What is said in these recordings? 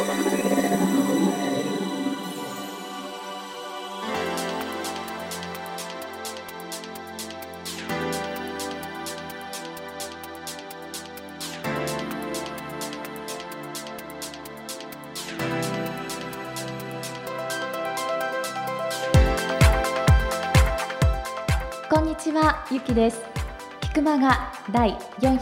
こんにちは、ゆきです。キクマが第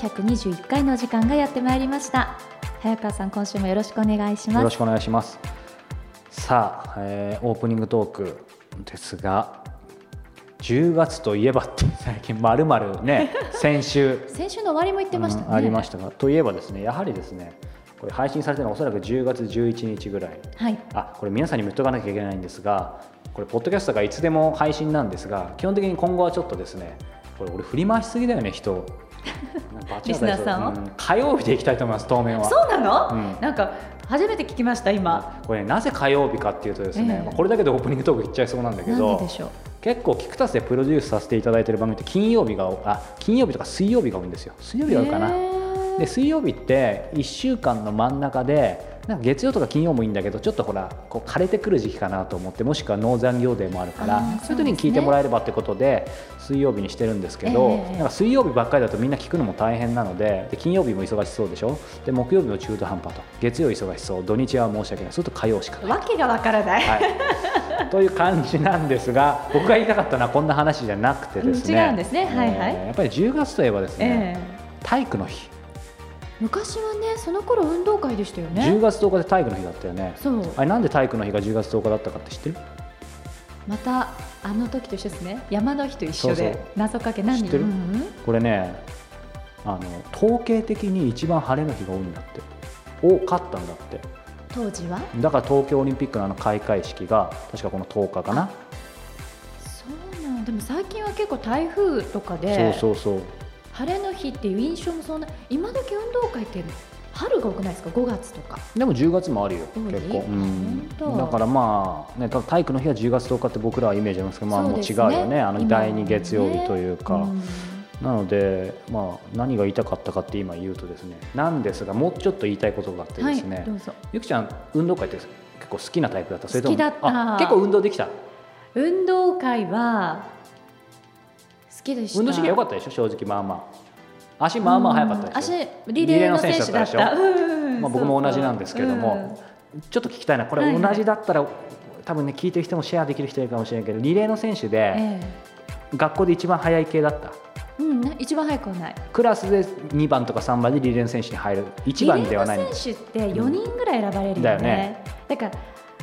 421回の時間がやってまいりました。早川さん、今週もよろしくお願いします。 よろしくお願いします。さあ、オープニングトークですが、10月といえばって最近まるまるね先週の終わりも言ってましたね、 ありましたが、といえばですね、やはりですね、これ配信されてるのはおそらく10月11日ぐらい、 はい、 これ皆さんにも言っとかなきゃいけないんですが、これポッドキャストがいつでも配信なんですが、基本的に今後はちょっとですね、これ俺振り回しすぎだよね、人リスナーさんを、 火曜日でいきたいと思います。当面は。 そうなの、なんか初めて聞きました今。 これ、なぜ火曜日かっていうとですね、これだけでオープニングトークいっちゃいそうなんだけど、 なんででしょう。 結構キクタスでプロデュースさせていただいている番組って金曜日とか水曜日が多いんですよ。水曜日が多いかな。で水曜日って1週間の真ん中で、なんか月曜とか金曜もいいんだけど、ちょっとほらこう枯れてくる時期かなと思って、もしくは農残業デーもあるから、そういう時に聞いてもらえればってことで水曜日にしてるんですけど、なんか水曜日ばっかりだとみんな聞くのも大変なので、金曜日も忙しそうでしょ。で木曜日も中途半端と、月曜忙しそう、土日は申し訳ない、それと火曜しかない、 わけがわからない、 という感じなんですが、僕が言いたかったのはこんな話じゃなくてですね、 違うんですね、 やっぱり10月といえばですね、体育の日。 昔はね、その頃運動会でしたよね。 10月10日で体育の日だったよね。 そう。 あれなんで体育の日が10月10日だったかって知ってる？ またあの時と一緒ですね。山の日と一緒で謎かけ。何？ 知ってる？これね、統計的に一番晴れの日が多いんだって。多かったんだって。 当時は？ だから東京オリンピックの開会式が確かこの10日かな。 そうなん。でも最近は結構台風とかで。 そう晴れの日っていう印象もそんな。今時運動会って春が多くないですか？5月とか。 でも10月もあるよ、結構。だからまあね、体育の日は10月10日って僕らはイメージありますけど、まあもう違うよね。第2月曜日というか。なので、まあ何が言いたかったかって今言うとですね、なんですが、もうちょっと言いたいことがあってですね。ゆきちゃん、運動会って結構好きなタイプだった？それとも好きだった。 結構運動できた？ 運動会は好きでした。 運動神経良かったでしょ、正直。まあまあ足まあまあ速かったでしょ。 リレーの選手だったでしょ。 まあ僕も同じなんですけども、ちょっと聞きたいな、これ同じだったら多分ね、聞いてる人もシェアできる人いるかもしれないけど、リレーの選手で学校で一番速い系だった？ 一番速くはない。 クラスで2番とか3番でリレーの選手に入る。1番ではない。 リレーの選手って4人ぐらい選ばれるよね。だから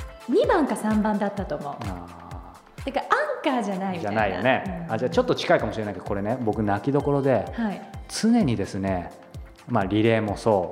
2番か3番だったと思う。だからアンカーじゃないみたいな。 じゃないよね。じゃあちょっと近いかもしれないけど、これね、僕泣きどころで、常にですね、まあリレーもそう、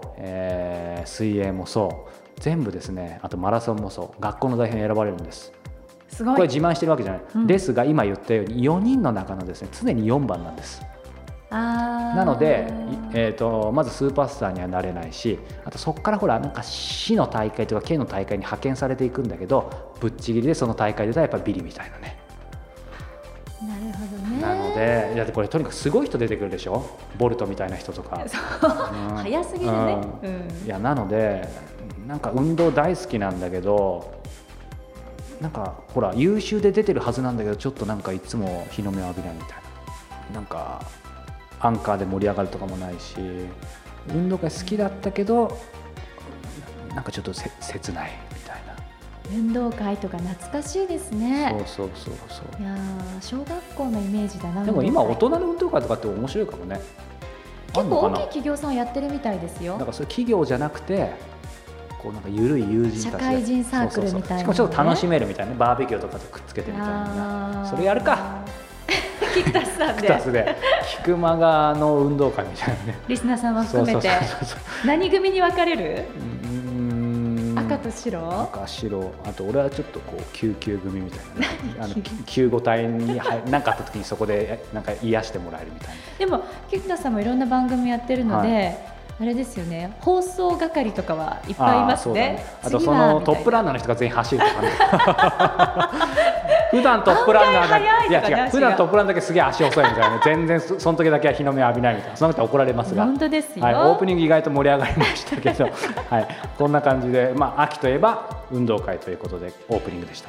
水泳もそう全部ですね、あとマラソンもそう、学校の代表に選ばれるんです。 すごい。 これ自慢してるわけじゃない、ですが今言ったように4人の中のですね、常に4番なんです。なので、まずスーパースターにはなれないし、あとそこからほら、なんか市の大会とか県の大会に派遣されていくんだけど、ぶっちぎりでその大会でやっぱビリみたいなね。 なるほどね。 なので、だってこれとにかくすごい人出てくるでしょ、ボルトみたいな人とか。 早すぎるね。 いや、なのでなんか運動大好きなんだけど、なんかほら優秀で出てるはずなんだけど、ちょっとなんかいつも日の目を浴びないみたいな。なんかアンカーで盛り上がるとかもないし、運動会好きだったけどなんかちょっと切ないみたいな。 運動会とか懐かしいですね。 そういや小学校のイメージだな。 でも今大人の運動会とかって面白いかもね。 結構大きい企業さんはやってるみたいですよ。 なんかそれ企業じゃなくて、こうなんか緩い友人たちで社会人サークルみたいな、ね、 しかもちょっと楽しめるみたいな、バーベキューとかとくっつけてみたいな。それやるか。 キクタスさんで。 キクタスでキクマガの運動会みたいなね。 リスナーさんも含めて何組に分かれる？赤と白？ 赤白。あと俺はちょっとこう救急組みたいな、ね、救護隊に何かあった時にそこでなんか癒してもらえるみたいな。 でもキクタスさんもいろんな番組やってるので、あれですよね、放送係とかはいっぱいいますね。 あとそのトップランナーの人が全員走るとかね。 普段トップランナーだ案外早いとかね違う、普段トップランナーだけすげえ足遅いみたいなね、全然その時だけは日の目浴びないみたいな、その人は怒られますが、 本当ですよ、 はい、オープニング意外と盛り上がりましたけど、はい、こんな感じで、秋といえば運動会ということでオープニングでした。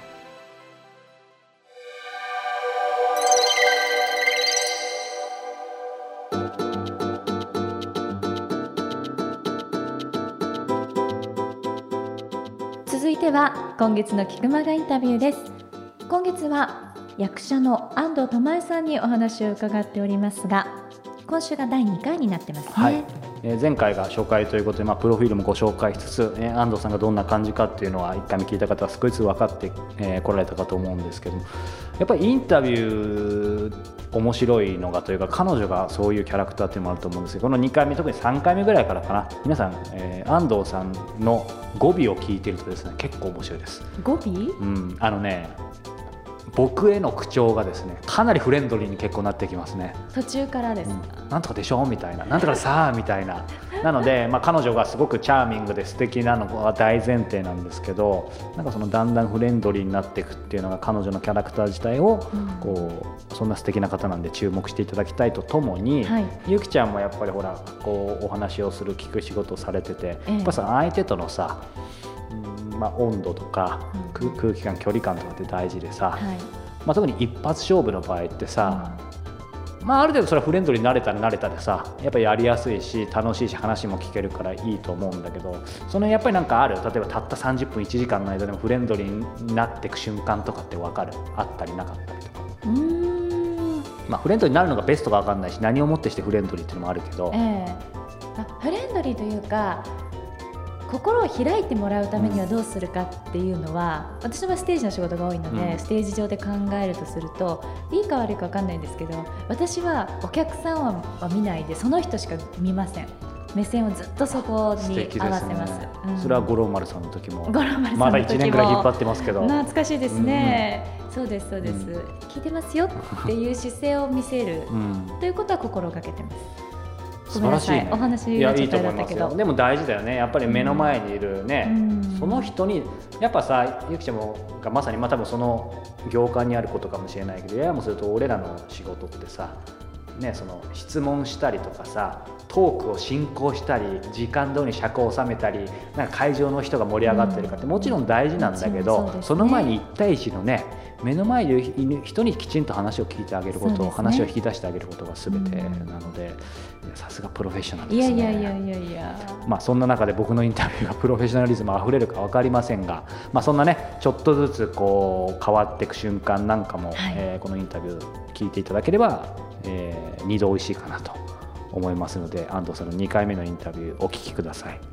続いては今月の菊間がインタビューです。今月は役者の安藤玉恵さんにお話を伺っておりますが、今週が第2回になってますね。 はい、前回が初回ということで、プロフィールもご紹介しつつ、安藤さんがどんな感じかっていうのは1回目聞いた方は少しずつ分かってこられたかと思うんですけども、やっぱりインタビュー面白いのがというか、彼女がそういうキャラクターっていうのもあると思うんですけど、この2回目特に3回目ぐらいからかな、皆さん、安藤さんの語尾を聞いているとですね、結構面白いです。 語尾？ 僕への口調がですね、かなりフレンドリーに結構なってきますね。 途中からですか？ なんとかでしょみたいな、なんとかさあみたいな。なので、彼女がすごくチャーミングで素敵なのが大前提なんですけど、なんかそのだんだんフレンドリーになっていくっていうのが彼女のキャラクター自体を、そんな素敵な方なんで注目していただきたいとともに、ゆきちゃんもやっぱりほらお話をする聞く仕事をされてて、やっぱさ相手とのさ、温度とか、空気感距離感とかって大事でさ、特に一発勝負の場合ってさ、ある程度それはフレンドリーになれたら慣れたでさ、やっぱりやりやすいし楽しいし話も聞けるからいいと思うんだけど、そのやっぱりなんかある、例えばたった30分1時間の間でもフレンドリーになっていく瞬間とかって分かる？あったりなかったりとか。フレンドリーになるのがベストか分かんないし、何をもってしてフレンドリーっていうのもあるけど、 フレンドリーというか心を開いてもらうためにはどうするかっていうのは、私はステージの仕事が多いので、ステージ上で考えるとすると、いいか悪いか分かんないんですけど、私はお客さんは見ないでその人しか見ません。目線をずっとそこに合わせます。 それは五郎丸さんの時も、 五郎丸さんの時もまだ1年ぐらい引っ張ってますけど、 懐かしいですね。そうですそうです、聞いてますよっていう姿勢を見せる、ということは心がけてます。 素晴らしいね。 お話がちょっとだったけど、 でも大事だよね。やっぱり目の前にいるね、その人にやっぱさ、ゆきちゃんがまさに多分その業界にあることかもしれないけど、ややもすると俺らの仕事ってさ、その質問したりとかさ、トークを進行したり、時間通りに尺を収めたり、なんか会場の人が盛り上がってるかってもちろん大事なんだけど、その前に1対1のね、目の前にいる人にきちんと話を聞いてあげること、話を引き出してあげることが全てなので、さすがプロフェッショナルですね。いやそんな中で僕のインタビューがプロフェッショナリズムあふれるか分かりませんが、そんなねちょっとずつこう変わっていく瞬間なんかも、このインタビュー聞いていただければ、2度おいしいかなと思いますので、安藤さんの2回目のインタビューお聞きください。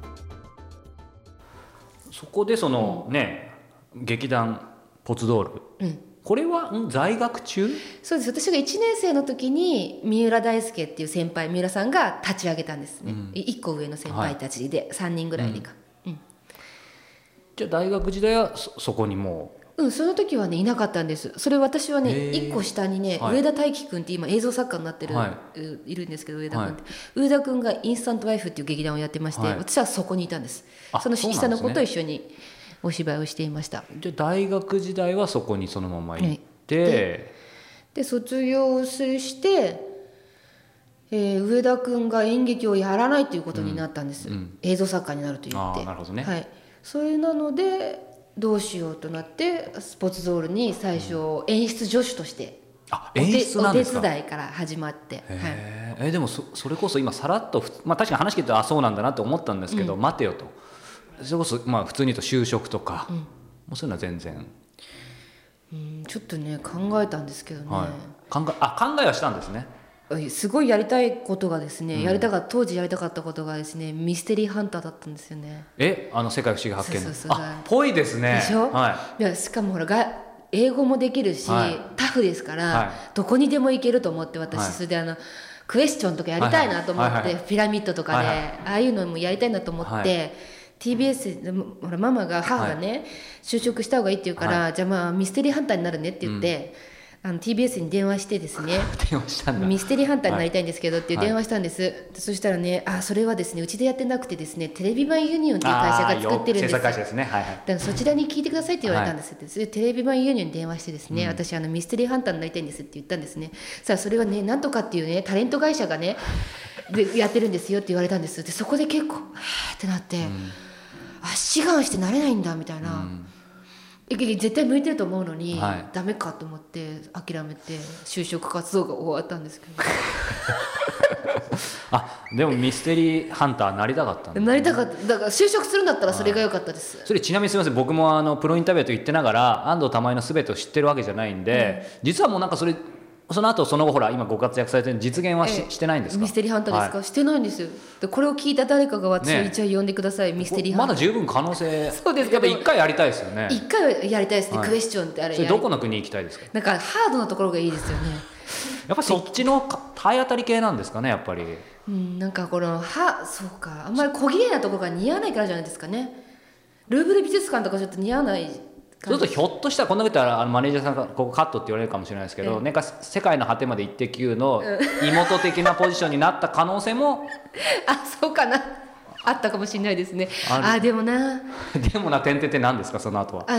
そこでその劇団ポツドール、これは在学中？ そうです。私が1年生の時に三浦大輔っていう先輩、三浦さんが立ち上げたんですね、1個上の先輩たちで3人ぐらいでか、 じゃあ大学時代は そこにもうその時はねいなかったんです。それ私はね1個下にね、上田大樹君って今映像作家になってる、いるんですけど、上田君って、上田君がインスタントライフっていう劇団をやってまして、私はそこにいたんです。その下の子と一緒にお芝居をしていました。 じゃあ大学時代はそこにそのまま行って、 で卒業して、上田君が演劇をやらないということになったんです、映像作家になると言って。 なるほどね。 それなのでどうしようとなってスポーツゾールに最初演出助手として演出なんですか？ お手伝いから始まって、 でも それこそ今さらっと、確かに話聞いてそうなんだなと思ったんですけど、待てよと、それこそ普通に言うと就職とか、もうそういうのは全然、 ちょっとね考えたんですけどね、 考えはしたんですね。 すごいやりたいことがですね、当時やりたかったことがですね、ミステリーハンターだったんですよね。 世界不思議発見のぽいですね。 でしょ、いやしかもほら英語もできるし、タフですから、どこにでも行けると思って私、それでクエスチョンとかやりたいなと思って、ピラミッドとかで、ああいうのもやりたいなと思って、TBS でほら母がね、就職した方がいいって言うから、じゃあミステリーハンターになるねって言って、 TBS に電話してですね電話したんだ。 ミステリーハンターになりたいんですけどっていう電話したんです、そしたらね、それはですねうちでやってなくてですねテレビマンユニオンっていう会社が作ってるんです、 制作会社ですね、はいはい、 だからそちらに聞いてくださいって言われたんですって、それでテレビマンユニオンに電話してですね、私ミステリーハンターになりたいんですって言ったんですね。さあそれはねなんとかっていうねタレント会社がねでやってるんですよって言われたんです。でそこで結構ってなって、志願してなれないんだみたいな、絶対向いてると思うのに、ダメかと思って諦めて就職活動が終わったんですけどでもミステリーハンターなりたかったんだ、ね、 なりたかった。だから就職するんだったらそれが良かったです、 それちなみにすみません、僕もプロインタビューと言ってながら安藤玉恵の全てを知ってるわけじゃないんで、実はもうなんかその後その後ほら今ご活躍されてる実現はしてないんですか？ ミステリーハンターですか？してないんですよ。でこれを聞いた誰かが私を一応呼んでください、ミステリーハンター。 まだ十分可能性。 そうですか。 やっぱ一回やりたいですよね。 一回はやりたいですね、クエスチョンってあれ。 それどこの国行きたいですか？ なんかハードなところがいいですよね。 やっぱそっちの体当たり系なんですかね、やっぱり。 なんかそうか、あんまり小綺麗なところが似合わないからじゃないですかね。ルーブル美術館とかちょっと似合わない。 そうするとひょっとしたらこんなこと言ったらマネージャーさんがここカットって言われるかもしれないですけど、なんか世界の果てまで行って9の妹的なポジションになった可能性もそうかな、あったかもしれないですね。でもな点々って何ですかその後は。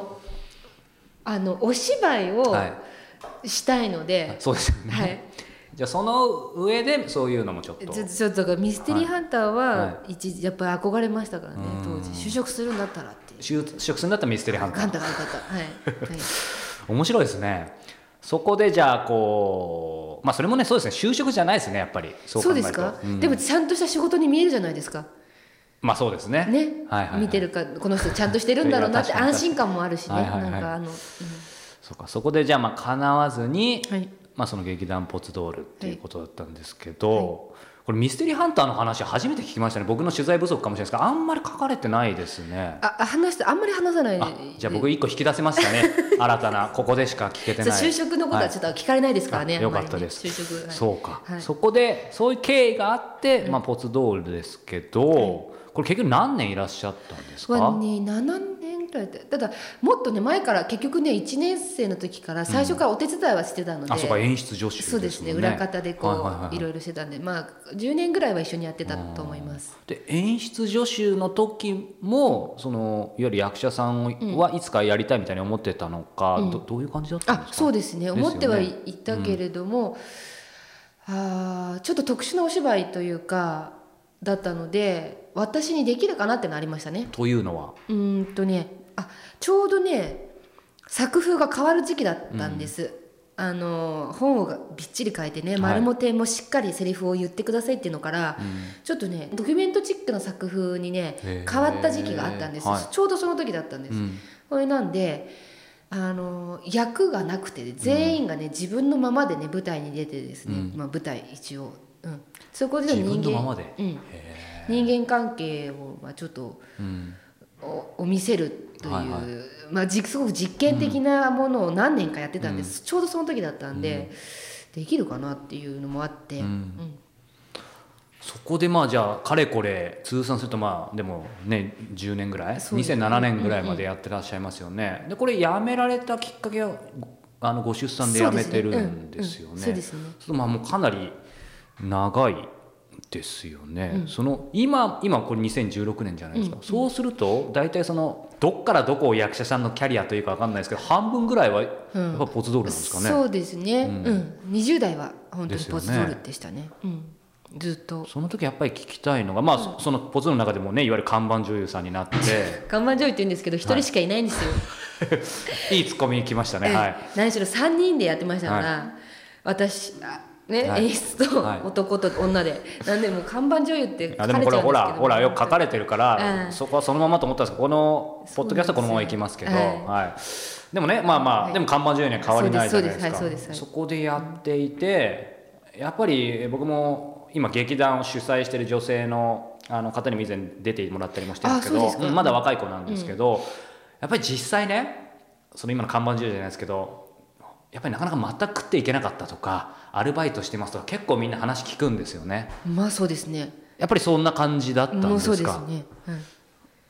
お芝居をしたいので、 そうですよね、じゃあその上でそういうのもちょっとミステリーハンターはやっぱり憧れましたからね、当時。就職するんだったらっていう。 就職するんだったらミステリーハンター。 ハンターがよかった。 面白いですね。そこでじゃあそれもねそうですね、就職じゃないですねやっぱり。 そうですか、でもちゃんとした仕事に見えるじゃないですか。 そうですね。 見てるかこの人ちゃんとしてるんだろうなって安心感もあるしね。 そこでじゃあ叶わずに、その劇団ポツドールっていうことだったんですけど、これミステリーハンターの話初めて聞きましたね。僕の取材不足かもしれないですけどあんまり書かれてないですね。 あんまり話さない。 じゃあ僕一個引き出せましたね新たなここでしか聞けてない。 就職のことはちょっと聞かれないですからね。 よかったです。 就職、 そうか、そこでそういう経緯があって、ポツドールですけど、これ結局何年いらっしゃったんですか ？7年くらいで。ただもっとね前から結局ね1年生の時から最初からお手伝いはしてたので、 そうか、演出助手ですもんね。 そうですね、裏方でいろいろしてたんで、10年ぐらいは一緒にやってたと思います。 で演出助手の時もいわゆる役者さんはいつかやりたいみたいに思ってたのか、どういう感じだったんですか？ そうですね、思ってはいたけれども、ちょっと特殊なお芝居というかだったので私にできるかなってのありましたね。 というのはちょうどね作風が変わる時期だったんです、本をびっちり書いてね、丸も点もしっかりセリフを言ってくださいっていうのから、ちょっとねドキュメントチックな作風にね変わった時期があったんです、ちょうどその時だったんです、それなんで役がなくて全員がね自分のままでね舞台に出てですね、舞台一応、そこでの人間関係をちょっと、を見せるという、すごく実験的なものを何年かやってたんです、ちょうどその時だったんで、できるかなっていうのもあって、 そこでじゃあかれこれ通算するとでもね10年ぐらい、2007年ぐらいまでやってらっしゃいますよね。でこれ辞められたきっかけはご出産で辞めてるんですよね。そうですね。もうかなり長いですよね、今これ2016年じゃないですか、そうすると大体どっからどこを役者さんのキャリアというか分かんないですけど半分ぐらいはやっぱポツドールなんですかね。 そうですね、20代は本当にポツドールでしたね、ずっと。 その時やっぱり聞きたいのが、そのポツドールの中でもねいわゆる看板女優さんになって看板女優って言うんですけど1人しかいないんですよ、 いいツッコミ来ましたね、 何しろ3人でやってましたから、私演出と男と女で、なんでもう看板女優って書かれちゃうんですけど、 でもこれほらよく書かれてるから、そこはそのままと思ったんですけど、このポッドキャストはこのままいきますけど、でもねでも看板女優には変わりないじゃないですか。そこでやっていて、やっぱり僕も今劇団を主催している女性の方にも以前出てもらったりもしてるんですけど、まだ若い子なんですけど、やっぱり実際ね今の看板女優じゃないですけど、やっぱりなかなか全く食っていけなかったとか、アルバイトしてますとか結構みんな話聞くんですよね。 そうですね。 やっぱりそんな感じだったんですか？ そうですね、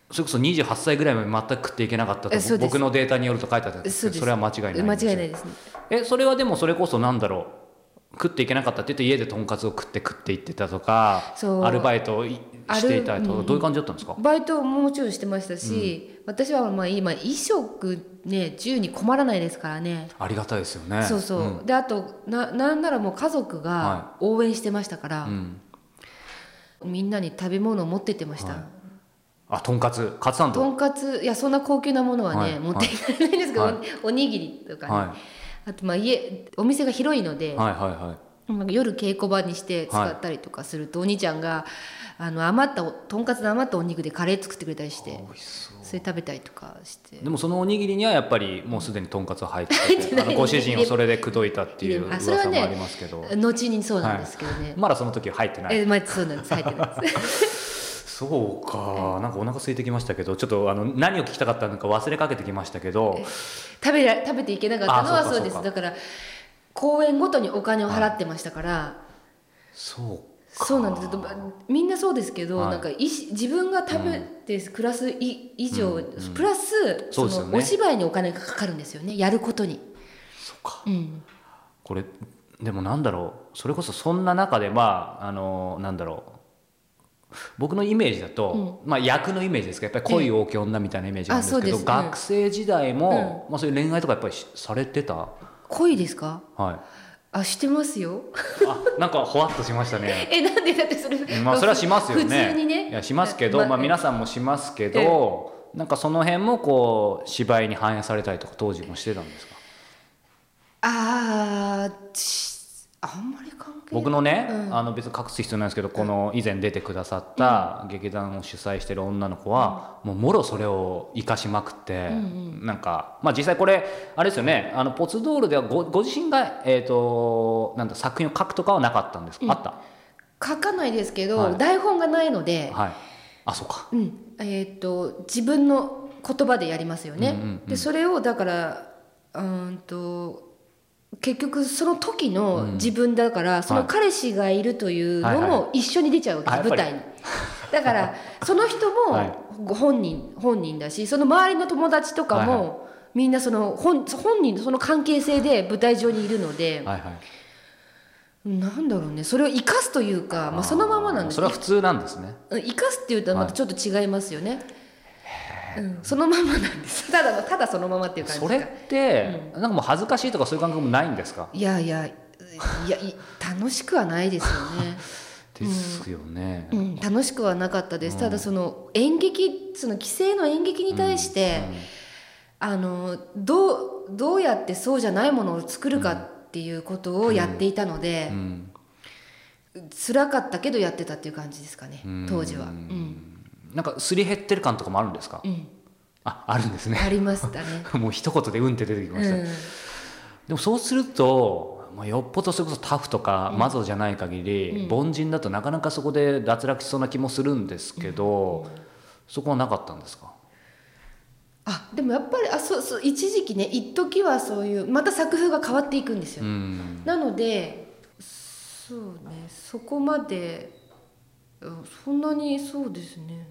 それこそ28歳ぐらいまで全く食っていけなかったと僕のデータによると書いてあったんですけど、それは間違いないんですよ。 間違いないですね。 それはでもそれこそなんだろう、食っていけなかったって言って家でとんかつを食っていってたとか、アルバイトをしていたとか、どういう感じだったんですか？ バイトももちろんしてましたし、私はまあ今衣食ね自由に困らないですからね。 ありがたいですよね。 そうそう、であとなんならもう家族が応援してましたから、みんなに食べ物を持ってってました。 とんかつカツサンド、 とんかつ、いやそんな高級なものはね、持っていかれないんですけど、おにぎりとかね、あとまあお店が広いので、夜稽古場にして使ったりとかすると、お兄ちゃんがとんかつの余ったお肉でカレー作ってくれたりして、それ食べたりとかして。 でもそのおにぎりにはやっぱりもうすでにとんかつ入っててご主人をそれで口説いたっていう噂もありますけど、 後にそうなんですけどね、 まだその時は入ってない。 そうなんです、入ってないですそうか、なんかお腹空いてきましたけど、ちょっと何を聞きたかったのか忘れかけてきましたけど、 食べていけなかったのはそうです。だから公演ごとにお金を払ってましたから、そうなんです。みんなそうですけど、なんか自分が食べて暮らす以上、プラスそのお芝居にお金がかかるんですよね、やることに。 そうか、これでもなんだろう、それこそそんな中でなんだろう、僕のイメージだと、役のイメージですけど、やっぱり恋多き女みたいなイメージなんですけど、学生時代も、そういう恋愛とかやっぱりされてた？ 恋ですか？してますよなんかほわっとしましたねなんで？だってそれそれはしますよね。 普通にね、 いやしますけど、皆さんもしますけど、なんかその辺もこう芝居に反映されたりとか当時もしてたんですか？ あんまり関係ない。 僕のね、別に隠す必要ないんですけど、この以前出てくださった劇団を主催してる女の子は、もろそれを生かしまくって、なんか実際これあれですよね、ポツドールではご自身がなんだ作品を書くとかはなかったんですか？あった？ 書かないですけど、台本がないので、 そうか、 自分の言葉でやりますよね。でそれをだから結局その時の自分だから、その彼氏がいるというのも一緒に出ちゃうわけです、舞台に。だからその人も本人だし、その周りの友達とかもみんなその本人のその関係性で舞台上にいるので、なんだろうね、それを生かすというか、そのままなんです。 それは普通なんですね。 生かすっていうとまたちょっと違いますよね。そのままなんです。ただそのままっていう感じですか。 それって、なんかもう恥ずかしいとかそういう感覚もないんですか？ いや楽しくはないですよねですよね、 楽しくはなかったです。ただその演劇、その既成の演劇に対して、どうやってそうじゃないものを作るかっていうことをやっていたので、辛かったけどやってたっていう感じですかね、当時は。 なんかすり減ってる感とかもあるんですか？あるんですね。 ありましたねもう一言でって出てきました、でもそうすると、よっぽどそれこそタフとかマゾじゃない限り、凡人だとなかなかそこで脱落しそうな気もするんですけど、そこはなかったんですか？ でもやっぱりそう一時期ね、一時はそういうまた作風が変わっていくんですよ。なのでそうね、そこまでそんなにそうですね、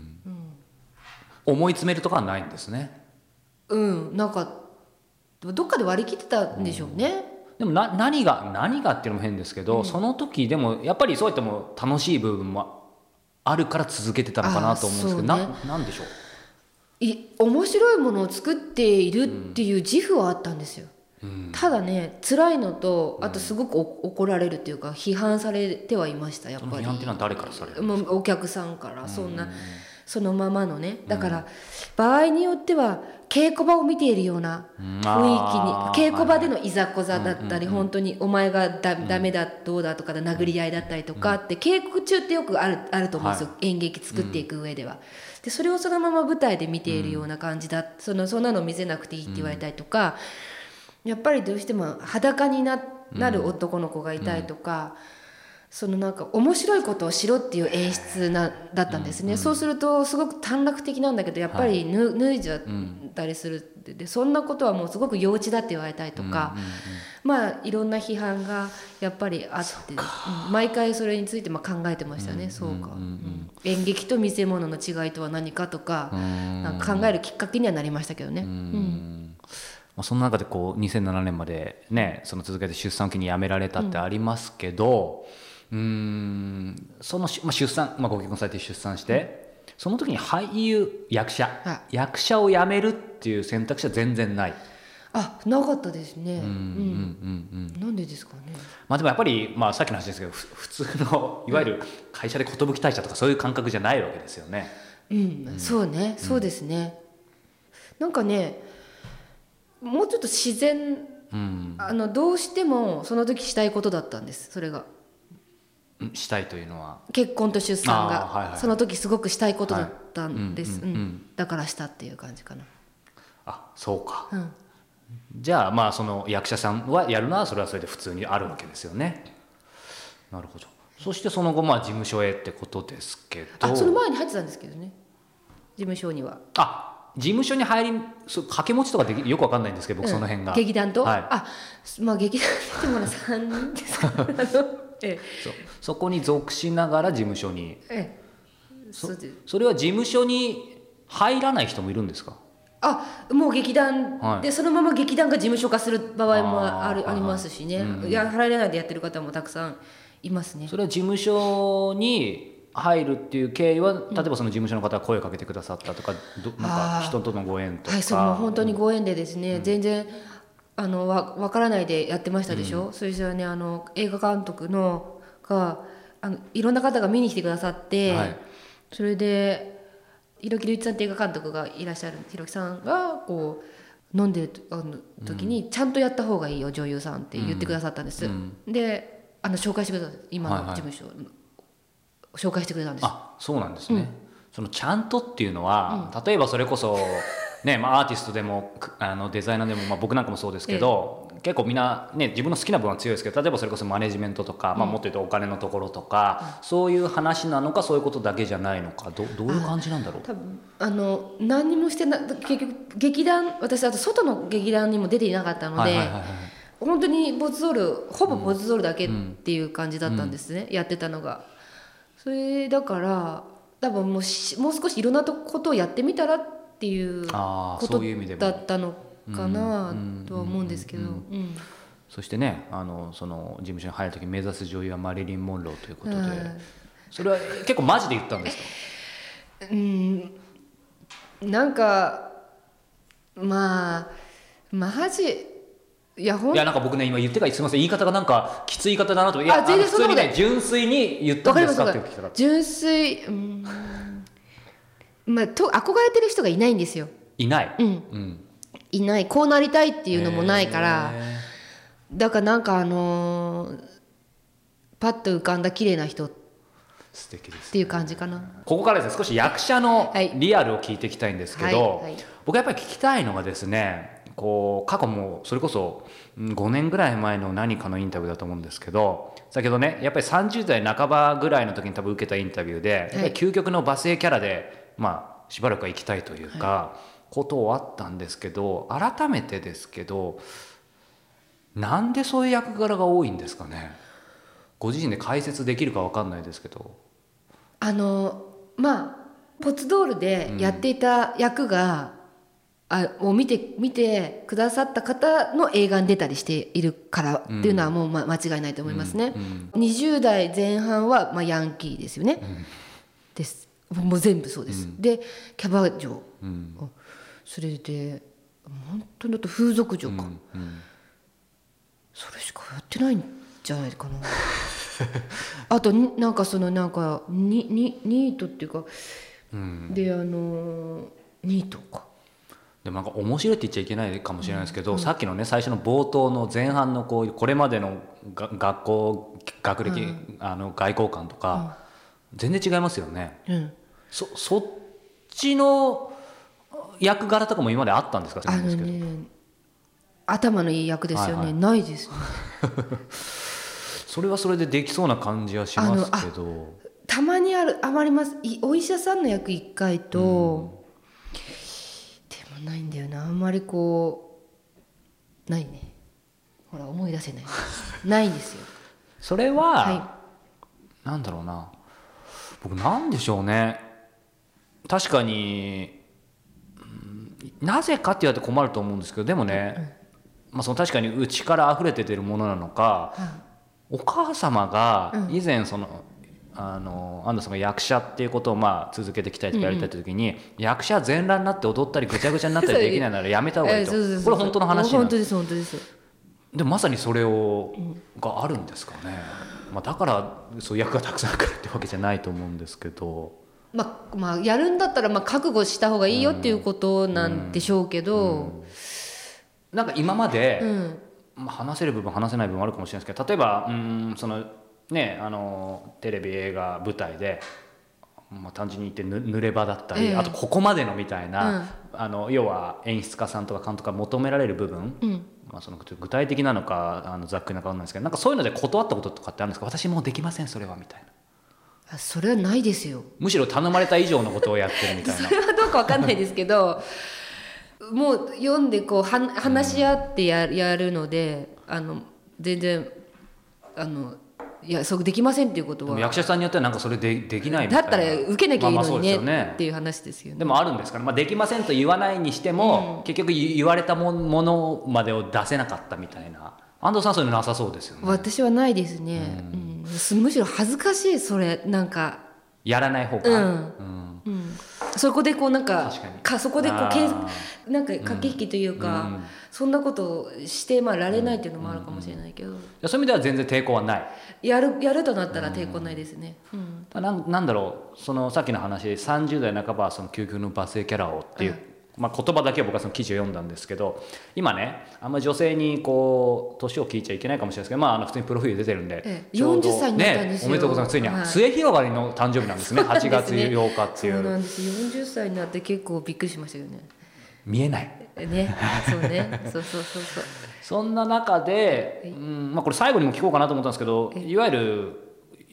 思い詰めるとかはないんですね。 なんかどっかで割り切ってたんでしょうね。 でも何がっていうのも変ですけど、その時でもやっぱりそうやっても楽しい部分もあるから続けてたのかなと思うんですけど、なんでしょう。 面白いものを作っているっていう自負はあったんですよ。ただね、辛いのと、あとすごく怒られるっていうか批判されてはいました。やっぱり批判ってのは誰からされる？ もうお客さんから、そのままのね。だから場合によっては稽古場を見ているような雰囲気に、稽古場でのいざこざだったり、本当にお前がダメだどうだとかで殴り合いだったりとかって、稽古中ってよくあると思うんですよ、演劇作っていく上では。でそれをそのまま舞台で見ているような感じだ、そんなの見せなくていいって言われたりとか、やっぱりどうしても裸になる男の子がいたりとか、 そのなんか面白いことをしろっていう演出だったんですね、そうするとすごく短絡的なんだけどやっぱり脱いじゃったりするって、でそんなことはもうすごく幼稚だって言われたりとか、まあいろんな批判がやっぱりあって、毎回それについて考えてましたね、そうか、演劇と見せ物の違いとは何かとか、なんか考えるきっかけにはなりましたけどね。 その中でこう2007年までねその続けて出産を機に辞められたってありますけど、その出産、ご結婚されて出産して、その時に俳優役者を辞めるっていう選択肢は全然ない。 なかったですね。なんでですかね。 でもやっぱり、さっきの話ですけど普通のいわゆる会社で寿退社とかそういう感覚じゃないわけですよね。 そうね、そうですね。なんかねもうちょっと自然、どうしてもその時したいことだったんです。それがしたいというのは結婚と出産が、その時すごくしたいことだったんです、だからしたっていう感じかな。 そうか、じゃあその役者さんはやるのはそれはそれで普通にあるわけですよね。なるほど。そしてその後事務所へってことですけど、 その前に入ってたんですけどね、事務所には。 事務所に入り掛け持ちとかできよくわかんないんですけど、僕その辺が、 劇団と、劇団っても3人ですからそこに属しながら事務所に、それは事務所に入らない人もいるんですか？ もう劇団でそのまま劇団が事務所化する場合もありますしね、入れないでやってる方もたくさんいますね。 それは事務所に入るっていう経緯は、例えばその事務所の方が声をかけてくださったとか、なんか人とのご縁とか。 それも本当にご縁でですね、全然分からないでやってましたでしょ。それじゃあね、映画監督がいろんな方が見に来てくださって、それで広木隆一さんって映画監督がいらっしゃる、広木さんがこう飲んでる時に、ちゃんとやった方がいいよ女優さんって言ってくださったんです、で紹介してくださった、今の事務所、紹介してくれたんです。 そうなんですね、そのちゃんとっていうのは、例えばそれこそね、アーティストでもデザイナーでも、僕なんかもそうですけど、結構みんな、ね、自分の好きな分は強いですけど、例えばそれこそマネジメントとか、もっと言うとお金のところとか、そういう話なのか、そういうことだけじゃないのか、どういう感じなんだろう。 多分何にもしてな、結局劇団、私あと外の劇団にも出ていなかったので、本当にボツゾール、ほぼボツゾールだけっていう感じだったんですね、やってたのが。それだから多分もう少しいろんなことをやってみたらっていうことだったのかなとは思うんですけど。 そしてね、その事務所に入る時目指す女優はマリリン・モンローということで、それは結構マジで言ったんですか？ なんかマジなんか僕ね、今言ってからすみません、言い方がなんかきつい言い方だなと。普通にね、純粋に言ったんですかって聞きたかった。 純粋、憧れてる人がいないんですよ。 いない、 いない。こうなりたいっていうのもないから、だからなんかパッと浮かんだ綺麗な人素敵です、 っていう感じかな。 ここからですね、少し役者のリアルを聞いていきたいんですけど、僕やっぱり聞きたいのがですね、過去もそれこそ5年ぐらい前の何かのインタビューだと思うんですけど、先ほどね、やっぱり30代半ばぐらいの時に多分受けたインタビューで、やっぱり究極の罵声キャラでしばらくは生きたいというか、ことはあったんですけど、改めてですけど、なんでそういう役柄が多いんですかね。ご自身で解説できるか分かんないですけど、 ポツドールでやっていた役が、を見てくださった方の映画に出たりしているからっていうのはもう間違いないと思いますね。20代前半はヤンキーですよね、です。もう全部そうです、でキャバ嬢、それで本当にだと風俗嬢か、それしかやってないんじゃないかなあとなんかニートっていうか、でニートか。 でもなんか面白いって言っちゃいけないかもしれないですけど、さっきのね、最初の冒頭の前半のこれまでの学校学歴、外交官とか、全然違いますよね、そっちの役柄とかも今まであったんですか？頭のいい役ですよね、ないですねそれはそれでできそうな感じはしますけど。 たまにあります。お医者さんの役1回と、でもないんだよな、あんまりこうないね。ほら思い出せないないんですよ。 それは、 はい、 なんだろうな、僕なんでしょうね、確かに、なぜかって言われて困ると思うんですけど、でもね、その確かに内から溢れて出るものなのか、お母様が以前その、安藤さんが役者っていうことを続けていきたいとかやりたいって時に、役者は全裸になって踊ったりぐちゃぐちゃになったりできないならやめた方がいいと。これ本当の話なんです。 本当です。 でもまさにそれがあるんですかね。だからそういう役がたくさん来るってわけじゃないと思うんですけど、 やるんだったら覚悟した方がいいよっていうことなんでしょうけど、 なんか今まで、話せる部分話せない部分あるかもしれないですけど、例えばそのね、テレビ映画舞台で、単純に言って濡れ場だったり、あとここまでのみたいな、要は演出家さんとか監督が求められる部分、その具体的なのかざっくりなかわかんないですけど、なんかそういうので断ったこととかってあるんですか？私もうできませんそれはみたいな。 それはないですよ。 むしろ頼まれた以上のことをやってるみたいな。 それはどうかわかんないですけどもう読んでこう話し合ってやるので、全然いやそうできませんっていうことは。 でも役者さんによってはなんかそれできないみたいな。 だったら受けなきゃいいのにね、っていう話ですよね。 でもあるんですかね、できませんと言わないにしても、結局言われたものまでを出せなかったみたいな。安藤さんそういうのなさそうですよね。 私はないですね、むしろ恥ずかしい。それなんかやらない方が、 そこでこうなんかそこでこうなんか駆け引きというか、そんなことをしてられないっていうのもあるかもしれないけど、 そういう意味では全然抵抗はない。 やるとなったら抵抗ないですね。 なんだろう、そのさっきの話、30代半ばはその究極の罵声キャラをっていう、言葉だけは僕はその記事を読んだんですけど、今ねあんまり女性にこう年を聞いちゃいけないかもしれないですけど、普通にプロフィール出てるんで、 40歳になったんですよ。 おめでとうございます。ついに末広がりの誕生日なんですね。8月8日っていう。 そうなんです。40歳になって結構びっくりしましたよね。 見えないね。そうね。そう。 そんな中で、これ最後にも聞こうかなと思ったんですけど、いわゆる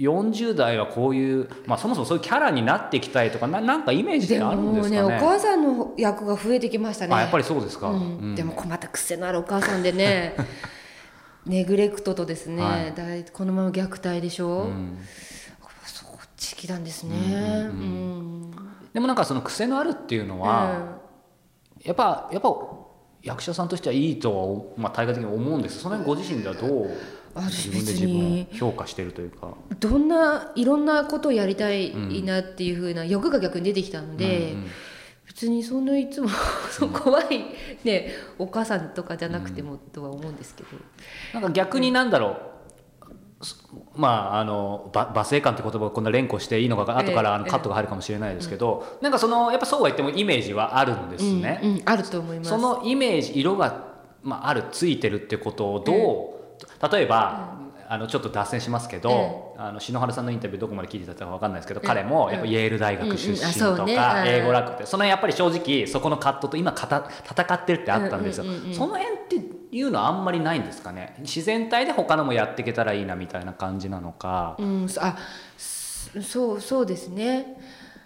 40代はこういう、そもそもそういうキャラになっていきたいとか、なんかイメージってあるんですかね。 でもね、お母さんの役が増えてきましたね。 やっぱりそうですか。 でもまた癖のあるお母さんでねネグレクトとですね、このまま虐待でしょ、そっち来たんですね。 でもなんかその癖のあるっていうのは、やっぱ役者さんとしてはいいとは、対外的に思うんです。その辺ご自身ではどう自分で自分を評価してるというか、 いろんなことをやりたいなっていう風な欲が逆に出てきたので、別にそんないつも怖いねお母さんとかじゃなくてもとは思うんですけど、 なんか逆になんだろう、罵声感って言葉をこんな連呼していいのか後からカットが入るかもしれないですけど、なんかやっぱそうは言ってもイメージはあるんですね。あると思います。そのイメージ、色が、ついてるってことをどう、例えば、ちょっと脱線しますけど、篠原さんのインタビューどこまで聞いてたか分かんないですけど、彼もやっぱイェール大学出身とか英語楽ってやっぱり正直そこの葛藤と今戦ってるってあったんですよ。その辺っていうのはあんまりないんですかね。自然体で他のもやっていけたらいいなみたいな感じなのか。 そうですね。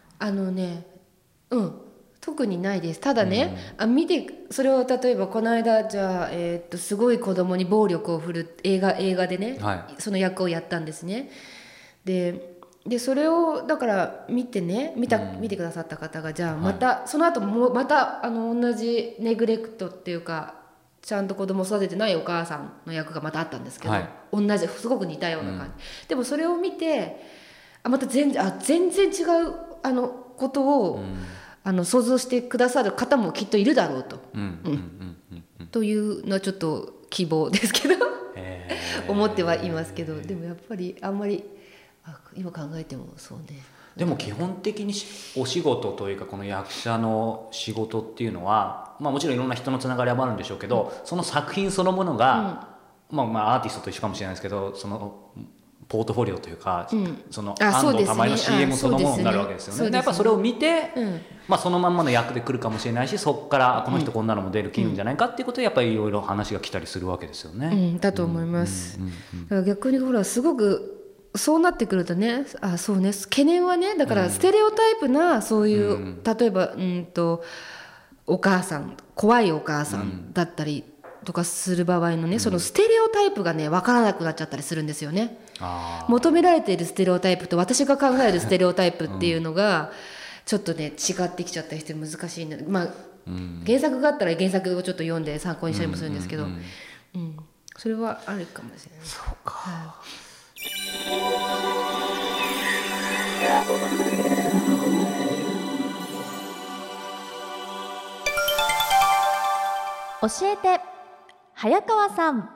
特にないです。ただね、それを例えばこの間じゃあ、すごい子供に暴力を振る映画でね、その役をやったんですね。でそれをだから見てくださった方が、じゃあまた、その後もまた同じネグレクトっていうかちゃんと子供を育ててないお母さんの役がまたあったんですけど、同じすごく似たような感じ、でもそれを見てまた全然違うことを、想像してくださる方もきっといるだろうと、というのはちょっと希望ですけど思ってはいますけど、でもやっぱりあんまり今考えてもそうね。 でも基本的にお仕事というかこの役者の仕事っていうのは、もちろんいろんな人のつながりはあるんでしょうけど、その作品そのものが、アーティストと一緒かもしれないですけど、そのポートフォリオというか、その安藤玉井の CM そのものになるわけですよね。やっぱそれを見て、そのまんまの役で来るかもしれないし、そこからこの人こんなのも出るんじゃないかっていうことでやっぱりいろいろ話が来たりするわけですよね。 だと思います。だから逆にほらすごくそうなってくるとね、そうね、懸念はね、だからステレオタイプなそういう、例えばお母さん、怖いお母さんだったりとかする場合のね、そのステレオタイプがね分からなくなっちゃったりするんですよね。求められているステレオタイプと私が考えるステレオタイプっていうのがちょっとね違ってきちゃったりして難しいんだ。原作があったら原作をちょっと読んで参考にしたりもするんですけど、それはあるかもしれない。 そうか。 教えて早川さん。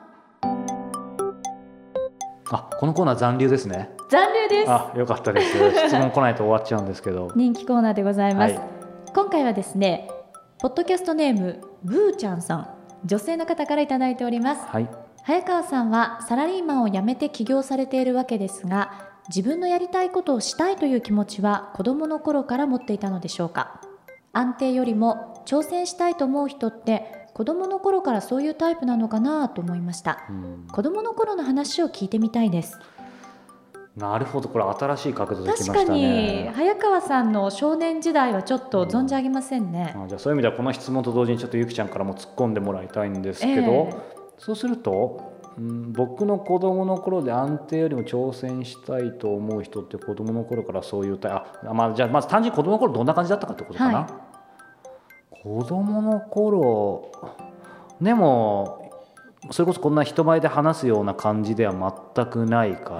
このコーナー残留ですね。 残留です。 よかったです。質問来ないと終わっちゃうんですけど。 人気コーナーでございます。今回はですね、ポッドキャストネームブーちゃんさん、女性の方からいただいております。早川さんはサラリーマンを辞めて起業されているわけですが、自分のやりたいことをしたいという気持ちは子どもの頃から持っていたのでしょうか。安定よりも挑戦したいと思う人って子どもの頃からそういうタイプなのかなと思いました。子どもの頃の話を聞いてみたいです。 なるほど、これ新しい角度できましたね。 確かに早川さんの少年時代はちょっと存じ上げませんね。 じゃあそういう意味ではこの質問と同時にちょっとゆきちゃんからも突っ込んでもらいたいんですけど、そうすると、僕の子供の頃で安定よりも挑戦したいと思う人って子供の頃からそういうじゃあまず単純に子供の頃どんな感じだったかってことかな。子供の頃でもそれこそこんな人前で話すような感じでは全くないから、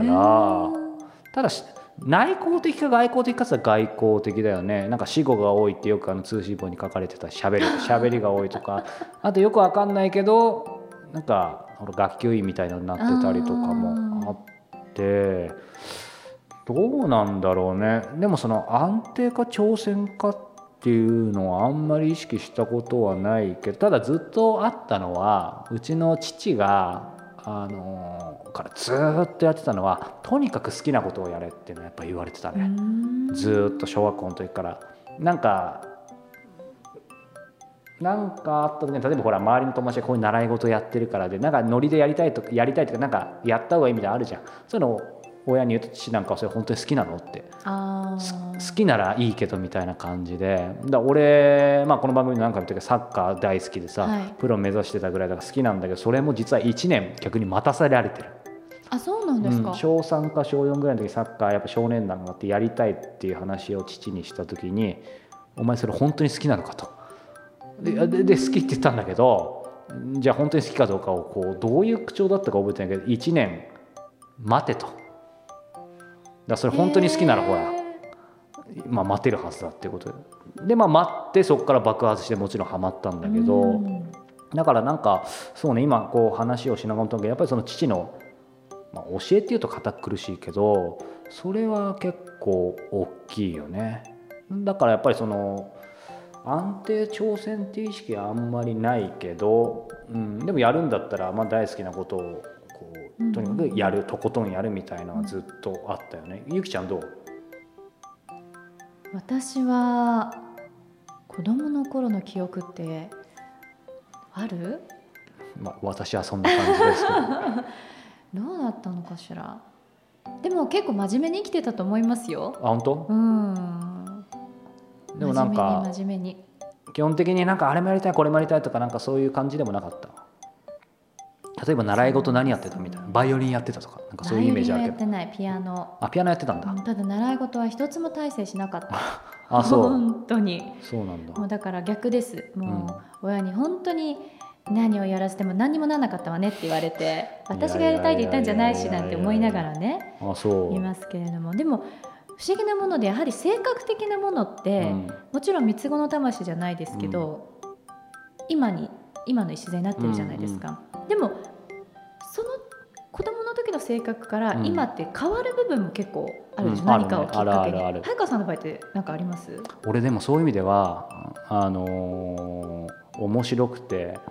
ただ内向的か外向的かつ外向的だよね。なんか死語が多いってよく通信簿に書かれてたしゃべりが多いとかあとよくわかんないけどなんか学級委員みたいなのになってたりとかもあってどうなんだろうね。でもその安定か挑戦かっていうのはあんまり意識したことはないけど、ただずっとあったのはうちの父がからずっとやってたのはとにかく好きなことをやれっていうのはやっぱり言われてたね。ずっと小学校の時からなんかあった時に例えばほら周りの友達がこういう習い事やってるからでなんかノリでやりたいとかなんかやった方がいいみたいなのあるじゃん。そういうのを親に言うと父なんかはそれ本当に好きなのって好きならいいけどみたいな感じで俺、この番組で何回も言ったけどサッカー大好きでさ、プロ目指してたぐらいだから好きなんだけどそれも実は1年逆に待たされられてる。 そうなんですか。 小3か小4ぐらいの時サッカーやっぱ少年団があってやりたいっていう話を父にした時にお前それ本当に好きなのかとで好きって言ったんだけどじゃあ本当に好きかどうかをどういう口調だったか覚えてないけど1年待てとだそれ本当に好きならほら、待てるはずだっていうことで待ってそこから爆発してもちろんハマったんだけどだからなんかそうね今話をしながら思ったけどやっぱりその父の、教えっていうと堅苦しいけどそれは結構大きいよね。だからやっぱりその安定挑戦っていう意識はあんまりないけど、でもやるんだったら大好きなことをとにかくやるとことんやるみたいなのはずっとあったよね。ゆきちゃんどう？ 私は子供の頃の記憶ってある？ 私はそんな感じですけどどうだったのかしら。でも結構真面目に生きてたと思いますよ。 本当？でもなんか真面目に基本的になんかあれもやりたいこれもやりたいとかなんかそういう感じでもなかった。例えば習い事何やってたみたいなバイオリンやってたとかなんかそういうイメージあるけど。 バイオリンやってないピアノ。 ピアノやってたんだ。 ただ習い事は一つも大成しなかった。 そう本当にそうなんだ。 もうだから逆です。もう親に本当に何をやらせても何にもならなかったわねって言われて私がやりたいって言ったんじゃないしなんて思いながらね言いますけれども、でも不思議なものでやはり性格的なものって、もちろん三つ子の魂じゃないですけど、今の礎になってるじゃないですか、でもその子供の時の性格から今って変わる部分も結構あるでしょ、何かをきっかけに。早川さんの場合って何かあります？ 俺でもそういう意味では面白くて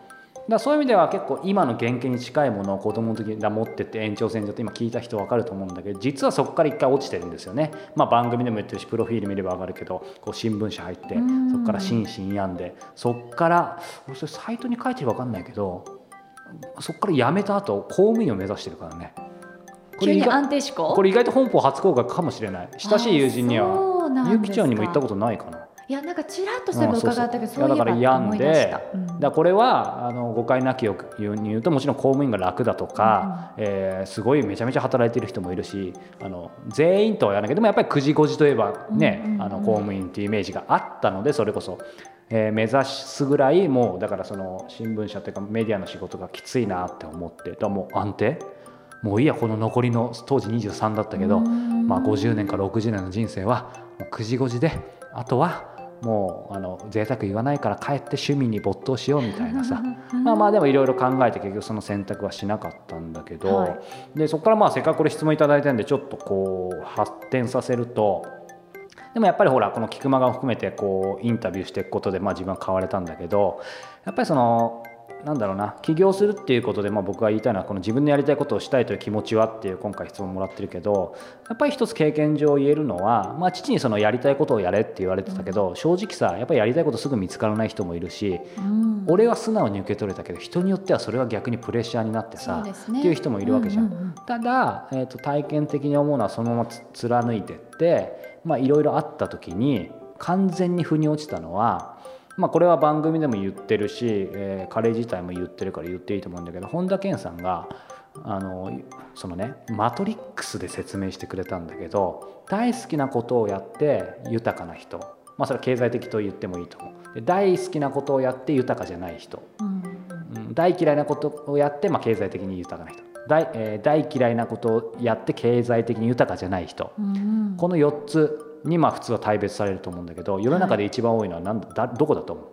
だそういう意味では結構今の原型に近いものを子供の時に持ってって延長線上って今聞いた人分かると思うんだけど、実はそこから一回落ちてるんですよね。番組でも言ってるしプロフィール見れば分かるけど、こう新聞社入ってそこから心身病んで、そこからそれサイトに書いてる分かんないけど、そこから辞めた後公務員を目指してるからね。 急に安定志向。 これ意外と本邦初公開かもしれない。親しい友人にはゆきちゃんにも言ったことないかな。 いやなんかちらっとそういえば伺ったけど、そういえばだから病んで、 だからこれは誤解なきを言うと、もちろん公務員が楽だとか、すごいめちゃめちゃ働いてる人もいるし、全員とは言わないけどもやっぱり9時5時といえばね、公務員っていうイメージがあったので、それこそ、目指すぐらいもうだからその新聞社というかメディアの仕事がきついなって思って、だからもう安定、もういいや、この残りの当時23だったけど、50年から60年の人生はもう9時5時で、あとはもう贅沢言わないから帰って趣味に没頭しようみたいなさでもいろいろ考えて結局その選択はしなかったんだけど、でそこからせっかくこれ質問いただいたんでちょっとこう発展させると、でもやっぱりほらこの菊間が含めてこうインタビューしていくことで自分は変われたんだけど、やっぱりそのなんだろうな、起業するっていうことで僕が言いたいのは、この自分のやりたいことをしたいという気持ちはっていう今回質問もらってるけど、やっぱり一つ経験上言えるのは、父にそのやりたいことをやれって言われてたけど、正直さやっぱりやりたいことすぐ見つからない人もいるし、俺は素直に受け取れたけど人によってはそれは逆にプレッシャーになってさ、っていう人もいるわけじゃん。ただ、体験的に思うのはそのまま貫いてって、いろいろあった時に完全に腑に落ちたのは、これは番組でも言ってるし、彼自体も言ってるから言っていいと思うんだけど、本田健さんがそのねマトリックスで説明してくれたんだけど、大好きなことをやって豊かな人、それは経済的と言ってもいいと思う。で大好きなことをやって豊かじゃない人、大嫌いなことをやって、経済的に豊かな人、大嫌いなことをやって経済的に豊かじゃない人、この4つに普通は大別されると思うんだけど、世の中で一番多いのはどこだと思う？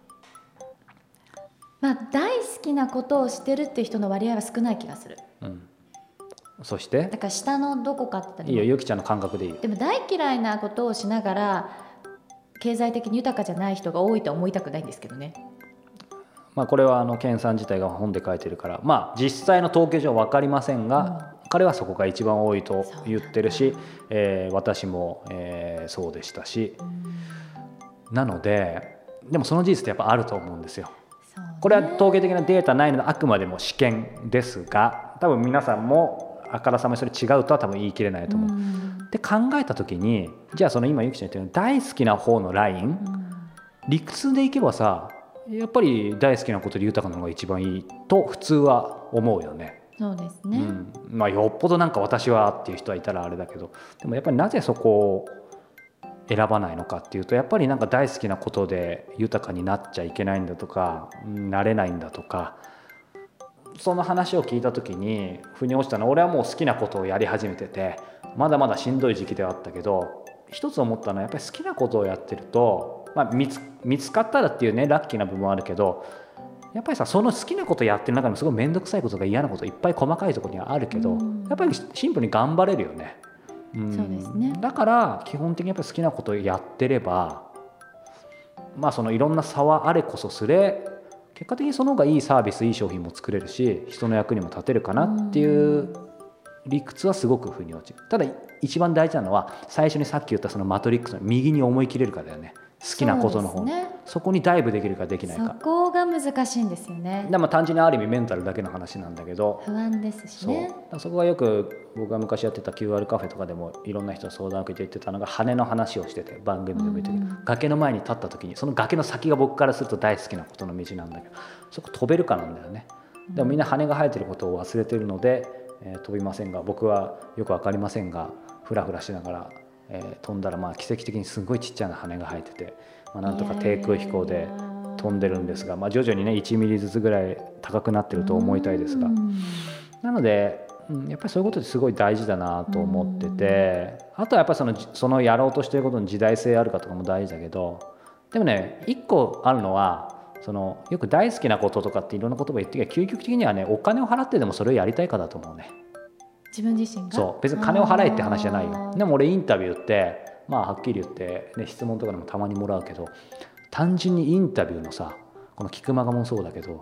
大好きなことをしてるっていう人の割合は少ない気がする。 そしてだから下のどこかって言ったらいいよ、ゆきちゃんの感覚でいいよ。 でも大嫌いなことをしながら経済的に豊かじゃない人が多いとは思いたくないんですけどね。 これは健さん自体が本で書いてるから、実際の統計上分かりませんが、彼はそこが一番多いと言ってるし、私も、そうでしたし、なのででもその事実ってやっぱあると思うんですよ。これは統計的なデータないのであくまでも試験ですが、多分皆さんもあからさまにそれ違うとは多分言い切れないと思う。で考えた時に、じゃあその今ゆきちゃん言ってる大好きな方のライン、理屈でいけばさ、やっぱり大好きなことで豊かなのが一番いいと普通は思うよね。 そうですね、 よっぽどなんか私はっていう人はいたらあれだけど、でもやっぱりなぜそこを選ばないのかっていうと、やっぱりなんか大好きなことで豊かになっちゃいけないんだとか、なれないんだとか、その話を聞いた時に腑に落ちたのは、俺はもう好きなことをやり始めててまだまだしんどい時期ではあったけど、一つ思ったのはやっぱり好きなことをやってると、見つかったらっていうねラッキーな部分はあるけど、やっぱりさその好きなことやってる中にもすごい面倒くさいことが嫌なこといっぱい細かいところにはあるけど、やっぱりシンプルに頑張れるよね。 そうですね。 だから基本的にやっぱり好きなことをやってれば、そのいろんな差はあれこそすれ、結果的にその方がいいサービスいい商品も作れるし人の役にも立てるかなっていう理屈はすごく腑に落ちる。ただ一番大事なのは最初にさっき言ったそのマトリックスの右に思い切れるかだよね。好きなことの方、そこにダイブできるかできないか、 そこが難しいんですよね。 でも単純にある意味メンタルだけの話なんだけど、 不安ですしね。 そこがよく僕が昔やってた QR カフェとかでもいろんな人が相談を受けて言ってたのが、羽の話をしてて、番組でも言ってるけど、崖の前に立った時にその崖の先が僕からすると大好きなことの道なんだけど、そこ飛べるかなんだよね。でもみんな羽が生えてることを忘れてるので、飛びませんが、僕はよく分かりませんがフラフラしながら、飛んだら奇跡的にすごいちっちゃな羽が生えてて、なんとか低空飛行で飛んでるんですが、徐々にね1ミリずつぐらい高くなってると思いたいですが、なのでやっぱりそういうことってすごい大事だなと思ってて、あとはやっぱりそのやろうとしていることに時代性あるかとかも大事だけど、でもね一個あるのは、よく大好きなこととかっていろんな言葉言ってるけど、究極的にはねお金を払ってでもそれをやりたいかだと思うね。 自分自身がそう、別に金を払えって話じゃないよ。でも俺インタビューってはっきり言って、質問とかでもたまにもらうけど、単純にインタビューのさ、この菊間がもそうだけど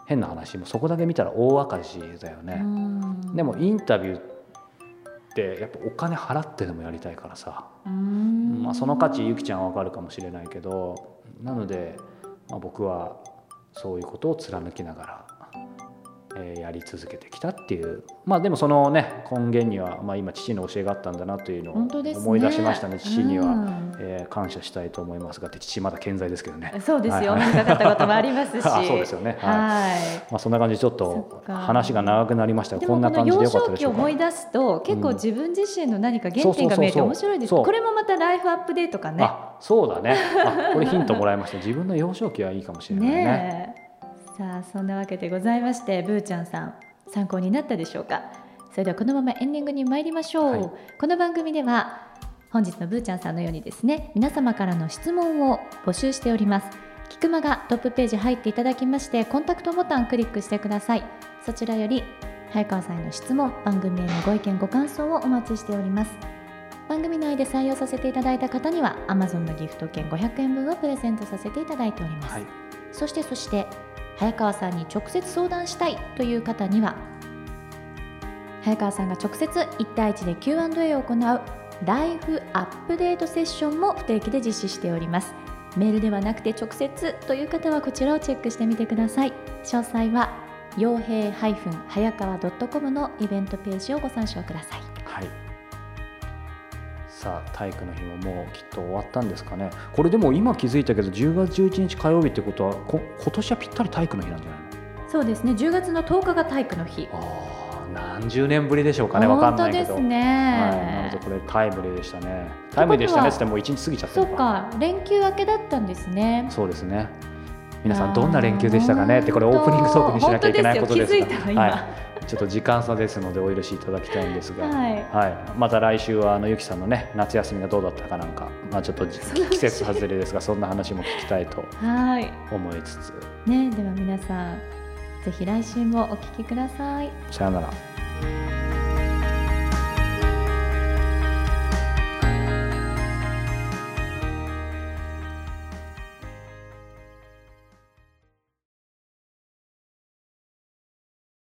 変な話もそこだけ見たら大赤字だよね。でもインタビューってやっぱお金払ってでもやりたいからさ、まあ、その価値ゆきちゃんは分かるかもしれないけど、なので、まあ、僕はそういうことを貫きながらやり続けてきたっていう、まあでもそのね根源には、まあ、今父の教えがあったんだなというのを思い出しましたね。父には、感謝したいと思いますが、父まだ健在ですけどね。 そうですよ、見かかったこともありますしそうですよね、はい、まあ、そんな感じでちょっと話が長くなりましたが、こんな感じでよかったでしょうか。 でもこの幼少期を思い出すと結構自分自身の何か原点が見えて面白いです。これもまたライフアップデートかね。 あ、そうだね。これヒントもらいました。自分の幼少期はいいかもしれないね。 さあそんなわけでございまして、ブーちゃんさん参考になったでしょうか。それではこのままエンディングに参りましょう、はい、この番組では本日のブーちゃんさんのようにですね、皆様からの質問を募集しております。キクマがトップページ入っていただきまして、コンタクトボタンクリックしてください。そちらより早川さんへの質問、番組へのご意見ご感想をお待ちしております。番組内で採用させていただいた方には Amazon のギフト券500円分をプレゼントさせていただいております、はい、そして早川さんに直接相談したいという方には、早川さんが直接1対1で Q&A を行うライフアップデートセッションも不定期で実施しております。メールではなくて直接という方はこちらをチェックしてみてください。詳細は陽平早川 .com のイベントページをご参照ください。 はい、さあ体育の日ももうきっと終わったんですかね。これでも今気づいたけど10月11日火曜日ってことは今年はぴったり体育の日なんじゃないの？ そうですね、10月の10日が体育の日。 何十年ぶりでしょうかね、分かんないけど。 本当ですね、 はい、なのでこれタイムリーでしたね。タイムリーでしたねってもう1日過ぎちゃってるそうか、連休明けだったんですね。 そうですね。皆さんどんな連休でしたかねって、これオープニングトークにしなきゃいけないことですが、ちょっと時間差ですのでお許しいただきたいんですが、はいはい、また来週はゆきさんのね夏休みがどうだったかなんか、まあ、ちょっと季節外れですがそんな話も聞きたいと思いつつ、 ね、では皆さんぜひ来週もお聞きください。 さよなら。